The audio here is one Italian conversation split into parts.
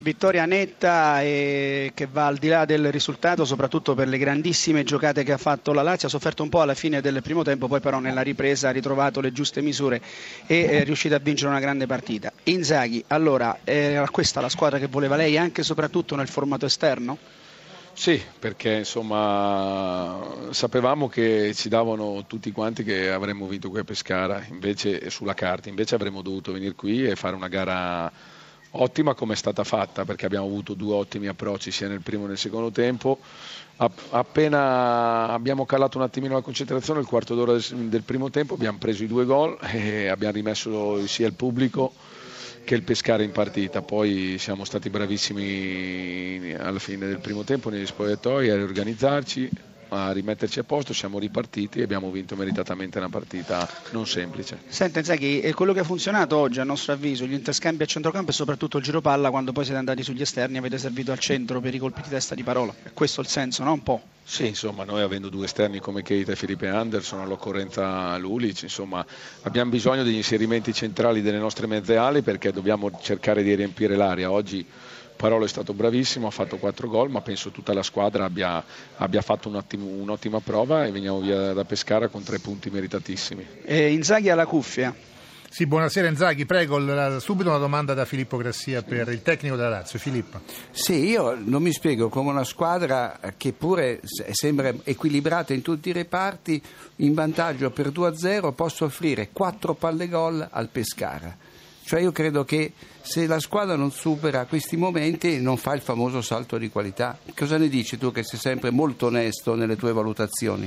Vittoria netta e che va al di là del risultato, soprattutto per le grandissime giocate che ha fatto la Lazio. Ha sofferto un po' alla fine del primo tempo, poi però nella ripresa ha ritrovato le giuste misure e è riuscito a vincere una grande partita. Inzaghi, allora, era questa la squadra che voleva lei anche e soprattutto nel formato esterno? Sì, perché insomma sapevamo che ci davano tutti quanti che avremmo vinto qui a Pescara, invece sulla carta, invece avremmo dovuto venire qui e fare una gara ottima come è stata fatta, perché abbiamo avuto due ottimi approcci sia nel primo che nel secondo tempo. Appena abbiamo calato un attimino la concentrazione, il quarto d'ora del primo tempo abbiamo preso i 2 gol e abbiamo rimesso sia il pubblico che il Pescara in partita. Poi siamo stati bravissimi alla fine del primo tempo negli spogliatoi a riorganizzarci, a rimetterci a posto, siamo ripartiti e abbiamo vinto meritatamente una partita non semplice. Senta Inzaghi, quello che ha funzionato oggi a nostro avviso, gli interscambi a centrocampo e soprattutto il giro palla, quando poi siete andati sugli esterni avete servito al centro per i colpi di testa di Parola, è questo il senso, no? Un po'. Sì, insomma, noi avendo due esterni come Keita e Felipe Anderson, all'occorrenza Lulic, insomma, abbiamo bisogno degli inserimenti centrali delle nostre mezze ali, perché dobbiamo cercare di riempire l'area. Oggi Parola è stato bravissimo, ha fatto 4 gol, ma penso tutta la squadra abbia fatto un'ottima prova e veniamo via da Pescara con 3 punti meritatissimi. Inzaghi alla cuffia. Sì, buonasera Inzaghi, prego, subito una domanda da Filippo Grassia per il tecnico della Lazio. Filippo. Sì, io non mi spiego come una squadra che pure sembra equilibrata in tutti i reparti, in vantaggio per 2-0, possa offrire 4 palle gol al Pescara. Cioè io credo che se la squadra non supera questi momenti non fa il famoso salto di qualità. Cosa ne dici tu, che sei sempre molto onesto nelle tue valutazioni?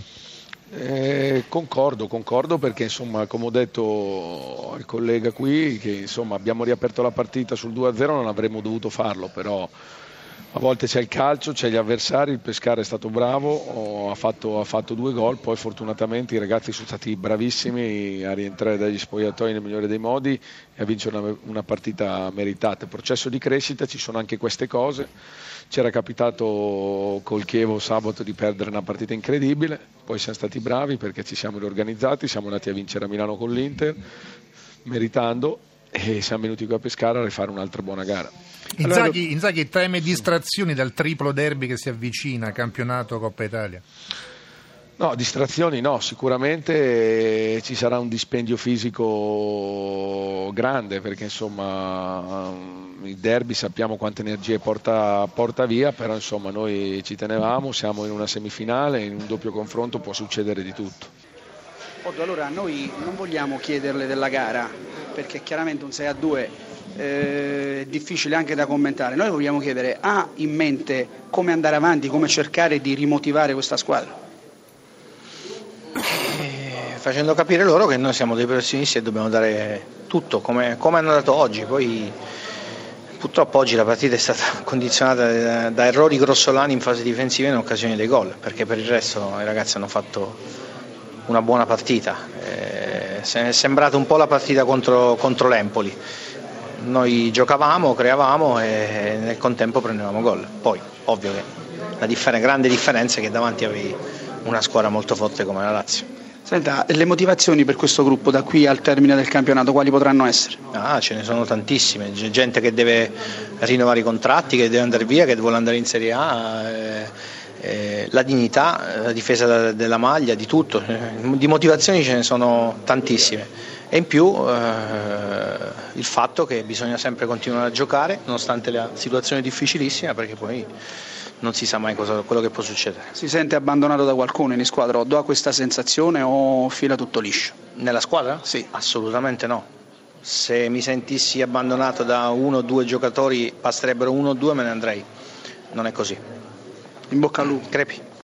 Concordo perché insomma, come ho detto al collega qui, che insomma abbiamo riaperto la partita sul 2-0, non avremmo dovuto farlo, però a volte c'è il calcio, c'è gli avversari, il Pescara è stato bravo, ha fatto 2 gol, poi fortunatamente i ragazzi sono stati bravissimi a rientrare dagli spogliatoi nel migliore dei modi e a vincere una partita meritata. Processo di crescita, ci sono anche queste cose. C'era capitato col Chievo sabato di perdere una partita incredibile, poi siamo stati bravi perché ci siamo riorganizzati, siamo andati a vincere a Milano con l'Inter, meritando, e siamo venuti qui a Pescara a rifare un'altra buona gara. Inzaghi teme distrazioni dal triplo derby che si avvicina, campionato Coppa Italia? No, distrazioni no, sicuramente ci sarà un dispendio fisico grande, perché insomma il derby sappiamo quante energie porta via, però insomma noi ci tenevamo, siamo in una semifinale, in un doppio confronto può succedere di tutto. Allora noi non vogliamo chiederle della gara, perché chiaramente un 6-2 è difficile anche da commentare. Noi vogliamo chiedere, ha in mente come andare avanti, come cercare di rimotivare questa squadra? Facendo capire loro che noi siamo dei professionisti e dobbiamo dare tutto come hanno dato oggi. Poi purtroppo oggi la partita è stata condizionata da errori grossolani in fase difensiva in occasione dei gol, perché per il resto i ragazzi hanno fatto una buona partita. È sembrata un po' la partita contro l'Empoli. Noi giocavamo, creavamo e nel contempo prendevamo gol. Poi ovvio che la grande differenza è che davanti avevi una squadra molto forte come la Lazio. Senta, le motivazioni per questo gruppo da qui al termine del campionato quali potranno essere? Ce ne sono tantissime, c'è gente che deve rinnovare i contratti, che deve andare via, che vuole andare in Serie A, la dignità, la difesa della maglia, di tutto, di motivazioni ce ne sono tantissime e in più il fatto che bisogna sempre continuare a giocare nonostante la situazione difficilissima, perché poi non si sa mai quello che può succedere. Si sente abbandonato da qualcuno in squadra? O ha questa sensazione o fila tutto liscio? Nella squadra? Sì. Assolutamente no. Se mi sentissi abbandonato da 1 o 2 giocatori, basterebbero 1 o 2, me ne andrei. Non è così. In bocca al lupo. Crepi.